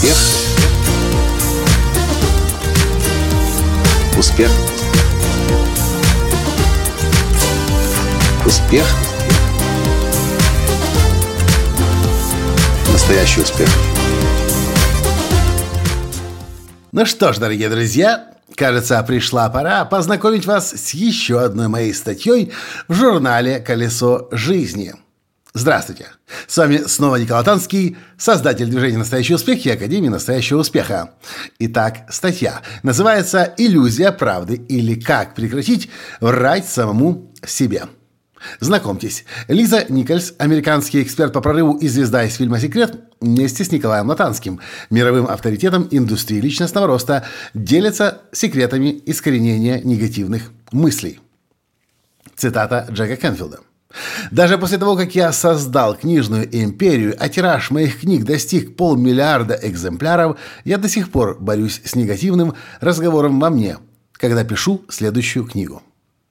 Успех. Успех. Успех. Настоящий успех. Ну что ж, дорогие друзья, кажется, пришла пора познакомить вас с еще одной моей статьей в журнале «Колесо жизни». Здравствуйте! С вами снова Николай Танский, создатель движения «Настоящий успех» и Академии «Настоящего успеха». Итак, статья называется «Иллюзия правды» или «Как прекратить врать самому себе». Знакомьтесь, Лиза Никольс, американский эксперт по прорыву и звезда из фильма «Секрет», вместе с Николаем Латанским, мировым авторитетом индустрии личностного роста, делятся секретами искоренения негативных мыслей. Цитата Джека Кенфилда. «Даже после того, как я создал книжную империю, а тираж моих книг достиг 500 000 экземпляров, я до сих пор борюсь с негативным разговором во мне, когда пишу следующую книгу».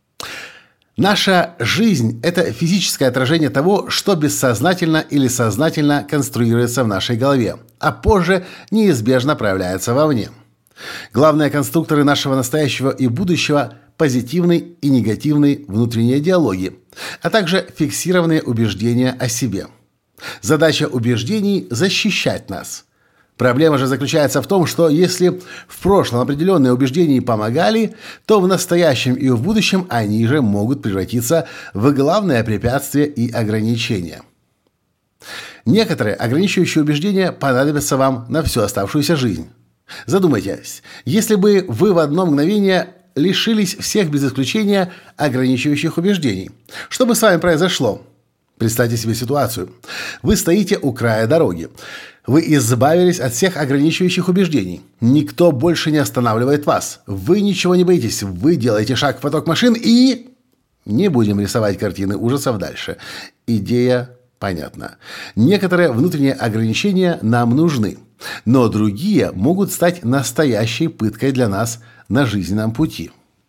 Наша жизнь – это физическое отражение того, что бессознательно или сознательно конструируется в нашей голове, а позже неизбежно проявляется вовне. Главные конструкторы нашего настоящего и будущего – позитивный и негативный внутренние диалоги, а также фиксированные убеждения о себе. Задача убеждений – защищать нас. Проблема же заключается в том, что если в прошлом определенные убеждения помогали, то в настоящем и в будущем они же могут превратиться в главное препятствие и ограничение. Некоторые ограничивающие убеждения понадобятся вам на всю оставшуюся жизнь. Задумайтесь, если бы вы в одно мгновение лишились всех без исключения ограничивающих убеждений, что бы с вами произошло? Представьте себе ситуацию. Вы стоите у края дороги. Вы избавились от всех ограничивающих убеждений. Никто больше не останавливает вас. Вы ничего не боитесь. Вы делаете шаг в поток машин и... Не будем рисовать картины ужасов дальше. Идея понятна. Некоторые внутренние ограничения нам нужны, но другие могут стать настоящей пыткой для нас на жизненном пути.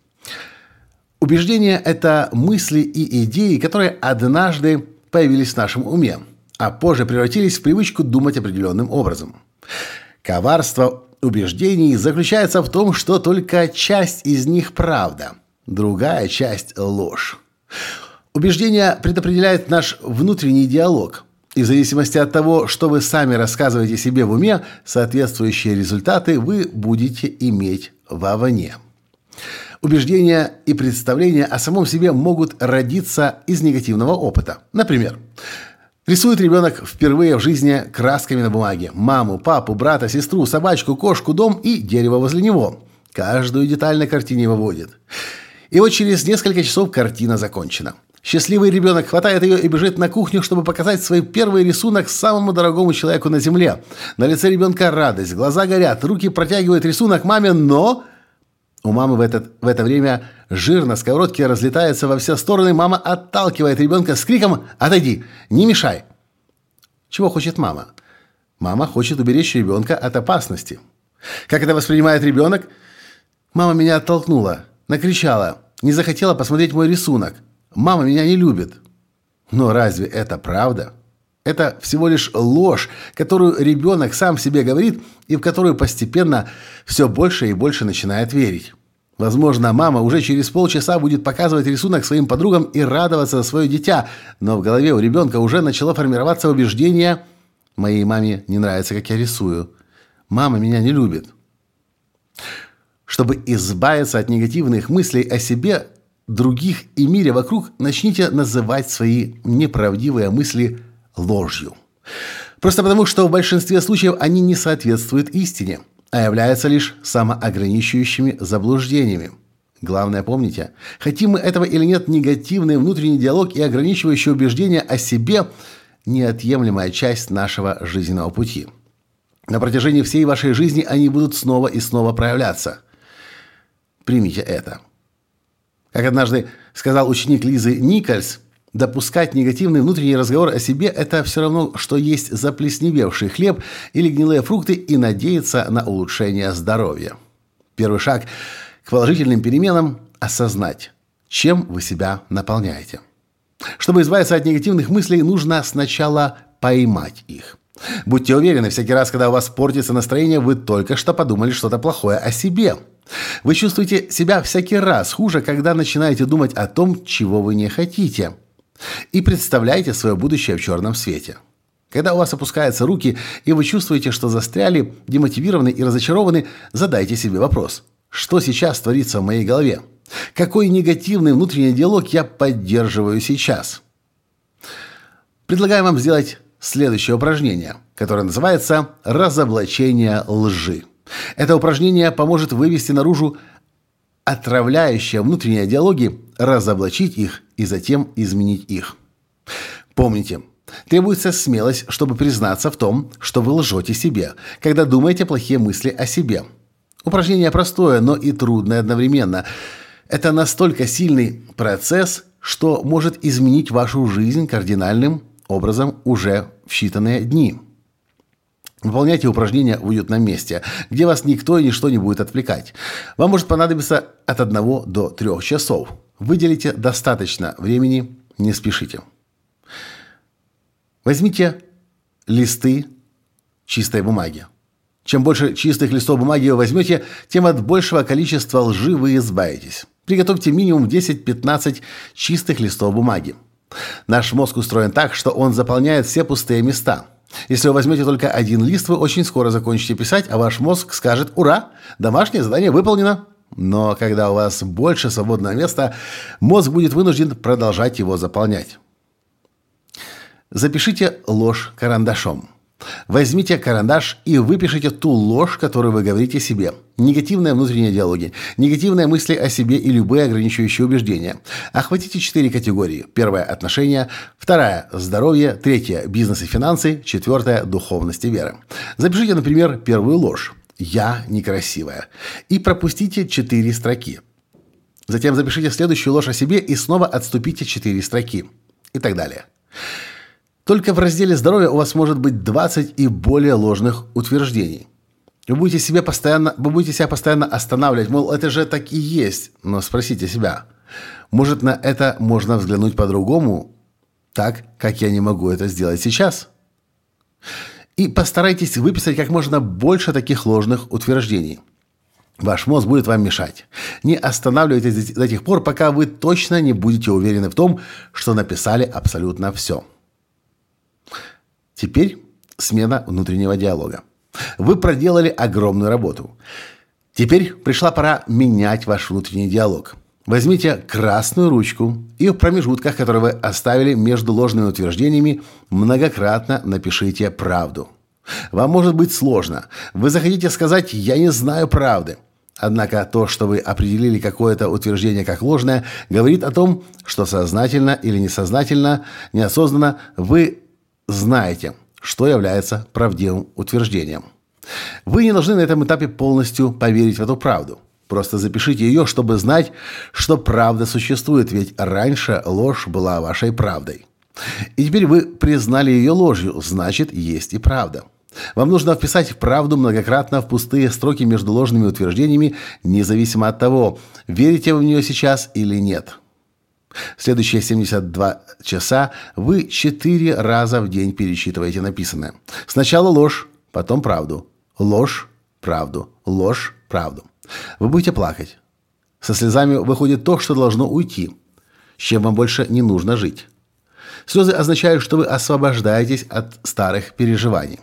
Убеждения – это мысли и идеи, которые однажды появились в нашем уме, а позже превратились в привычку думать определенным образом. Коварство убеждений заключается в том, что только часть из них правда, другая часть – ложь. Убеждения предопределяют наш внутренний диалог, и в зависимости от того, что вы сами рассказываете себе в уме, соответствующие результаты вы будете иметь вовне. Убеждения и представления о самом себе могут родиться из негативного опыта. Например, рисует ребенок впервые в жизни красками на бумаге маму, папу, брата, сестру, собачку, кошку, дом и дерево возле него. Каждую деталь на картине выводит. И вот через несколько часов картина закончена. Счастливый ребенок хватает ее и бежит на кухню, чтобы показать свой первый рисунок самому дорогому человеку на земле. На лице ребенка радость, глаза горят, руки протягивают рисунок маме, но... У мамы в это время жир на сковородке разлетается во все стороны. Мама отталкивает ребенка с криком «Отойди! Не мешай!». Чего хочет мама? Мама хочет уберечь ребенка от опасности. Как это воспринимает ребенок? Мама меня оттолкнула, накричала, не захотела посмотреть мой рисунок. Мама меня не любит. Но разве это правда? Это всего лишь ложь, которую ребенок сам себе говорит и в которую постепенно все больше и больше начинает верить. Возможно, мама уже через полчаса будет показывать рисунок своим подругам и радоваться за свое дитя, но в голове у ребенка уже начало формироваться убеждение: «Моей маме не нравится, как я рисую. Мама меня не любит». Чтобы избавиться от негативных мыслей о себе, других и мире вокруг, начните называть свои неправдивые мысли ложью. Просто потому, что в большинстве случаев они не соответствуют истине, а являются лишь самоограничивающими заблуждениями. Главное помните, хотим мы этого или нет, негативный внутренний диалог и ограничивающие убеждения о себе – неотъемлемая часть нашего жизненного пути. На протяжении всей вашей жизни они будут снова и снова проявляться. Примите это. Как однажды сказал ученик Лизы Никольс, допускать негативный внутренний разговор о себе – это все равно, что есть заплесневевший хлеб или гнилые фрукты и надеяться на улучшение здоровья. Первый шаг к положительным переменам – осознать, чем вы себя наполняете. Чтобы избавиться от негативных мыслей, нужно сначала поймать их. Будьте уверены, всякий раз, когда у вас портится настроение, вы только что подумали что-то плохое о себе. Вы чувствуете себя всякий раз хуже, когда начинаете думать о том, чего вы не хотите. И представляете свое будущее в черном свете. Когда у вас опускаются руки, и вы чувствуете, что застряли, демотивированы и разочарованы, задайте себе вопрос. Что сейчас творится в моей голове? Какой негативный внутренний диалог я поддерживаю сейчас? Предлагаю вам сделать следующее упражнение, которое называется «разоблачение лжи». Это упражнение поможет вывести наружу отравляющие внутренние диалоги, разоблачить их и затем изменить их. Помните, требуется смелость, чтобы признаться в том, что вы лжете себе, когда думаете плохие мысли о себе. Упражнение простое, но и трудное одновременно. Это настолько сильный процесс, что может изменить вашу жизнь кардинальным образом уже в считанные дни. Выполняйте упражнения в уютном месте, где вас никто и ничто не будет отвлекать. Вам может понадобиться от 1 до 3 часов. Выделите достаточно времени, не спешите. Возьмите листы чистой бумаги. Чем больше чистых листов бумаги вы возьмете, тем от большего количества лжи вы избавитесь. Приготовьте минимум 10-15 чистых листов бумаги. Наш мозг устроен так, что он заполняет все пустые места. Если вы возьмете только 1 лист, вы очень скоро закончите писать, а ваш мозг скажет «Ура! Домашнее задание выполнено!». Но когда у вас больше свободного места, мозг будет вынужден продолжать его заполнять. Запишите ложь карандашом. Возьмите карандаш и выпишите ту ложь, которую вы говорите себе. Негативные внутренние диалоги, негативные мысли о себе и любые ограничивающие убеждения. Охватите 4 категории. 1 – отношения, 2 – здоровье, 3 – бизнес и финансы, 4 – духовность и вера. Запишите, например, первую ложь «Я некрасивая» и пропустите 4 строки. Затем запишите следующую ложь о себе и снова отступите 4 строки. И так далее. Только в разделе «Здоровье» у вас может быть 20 и более ложных утверждений. Вы будете себя постоянно останавливать, мол, это же так и есть. Но спросите себя, может, на это можно взглянуть по-другому, так, как я не могу это сделать сейчас? И постарайтесь выписать как можно больше таких ложных утверждений. Ваш мозг будет вам мешать. Не останавливайтесь до тех пор, пока вы точно не будете уверены в том, что написали абсолютно все. Теперь смена внутреннего диалога. Вы проделали огромную работу. Теперь пришла пора менять ваш внутренний диалог. Возьмите красную ручку и в промежутках, которые вы оставили между ложными утверждениями, многократно напишите правду. Вам может быть сложно. Вы захотите сказать «я не знаю правды». Однако то, что вы определили какое-то утверждение как ложное, говорит о том, что сознательно или несознательно, неосознанно вы знаете, что является правдивым утверждением. Вы не должны на этом этапе полностью поверить в эту правду. Просто запишите ее, чтобы знать, что правда существует, ведь раньше ложь была вашей правдой. И теперь вы признали ее ложью, значит, есть и правда. Вам нужно вписать правду многократно в пустые строки между ложными утверждениями, независимо от того, верите вы в нее сейчас или нет. Следующие 72 часа вы 4 раза в день перечитываете написанное. Сначала ложь, потом правду. Ложь, правду, ложь, правду. Вы будете плакать. Со слезами выходит то, что должно уйти, с чем вам больше не нужно жить. Слезы означают, что вы освобождаетесь от старых переживаний.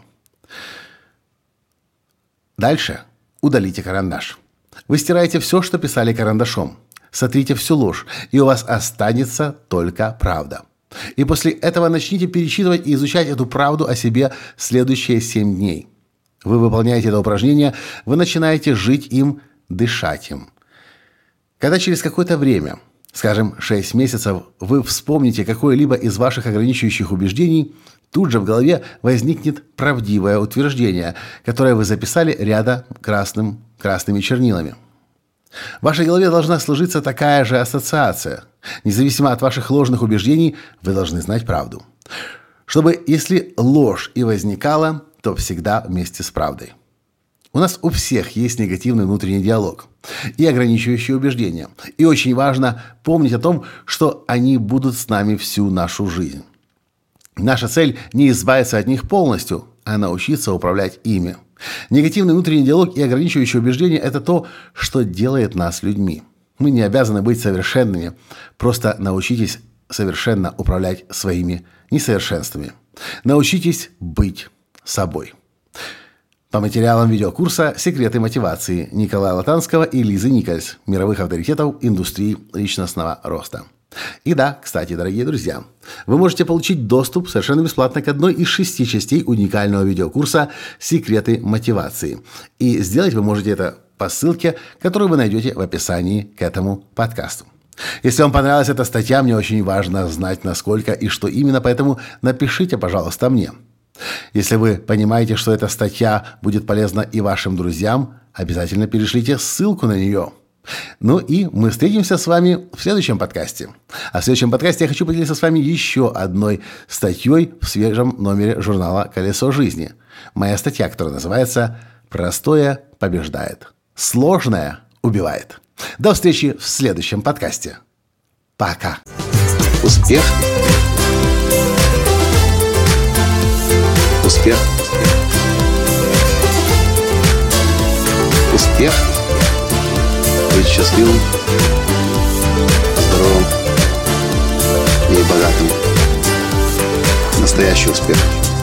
Дальше удалите карандаш. Вы стираете все, что писали карандашом. Сотрите всю ложь, и у вас останется только правда. И после этого начните перечитывать и изучать эту правду о себе следующие 7 дней. Вы выполняете это упражнение, вы начинаете жить им, дышать им. Когда через какое-то время, скажем, 6 месяцев, вы вспомните какое-либо из ваших ограничивающих убеждений, тут же в голове возникнет правдивое утверждение, которое вы записали рядом красными чернилами. В вашей голове должна сложиться такая же ассоциация. Независимо от ваших ложных убеждений, вы должны знать правду. Чтобы, если ложь и возникала, то всегда вместе с правдой. У нас у всех есть негативный внутренний диалог и ограничивающие убеждения. И очень важно помнить о том, что они будут с нами всю нашу жизнь. Наша цель не избавиться от них полностью, а научиться управлять ими. Негативный внутренний диалог и ограничивающие убеждения – это то, что делает нас людьми. Мы не обязаны быть совершенными. Просто научитесь совершенно управлять своими несовершенствами. Научитесь быть собой. По материалам видеокурса «Секреты мотивации» Николая Латанского и Лизы Никольс, мировых авторитетов индустрии личностного роста. И да, кстати, дорогие друзья, вы можете получить доступ совершенно бесплатно к одной из 6 частей уникального видеокурса «Секреты мотивации». И сделать вы можете это по ссылке, которую вы найдете в описании к этому подкасту. Если вам понравилась эта статья, мне очень важно знать, насколько и что именно, поэтому напишите, пожалуйста, мне. Если вы понимаете, что эта статья будет полезна и вашим друзьям, обязательно перешлите ссылку на нее. Ну и мы встретимся с вами в следующем подкасте. А в следующем подкасте я хочу поделиться с вами еще одной статьей в свежем номере журнала «Колесо жизни». Моя статья, которая называется «Простое побеждает, сложное убивает». До встречи в следующем подкасте. Пока. Успех. Успех. Успех. Быть счастливым, здоровым и богатым. Настоящий успех.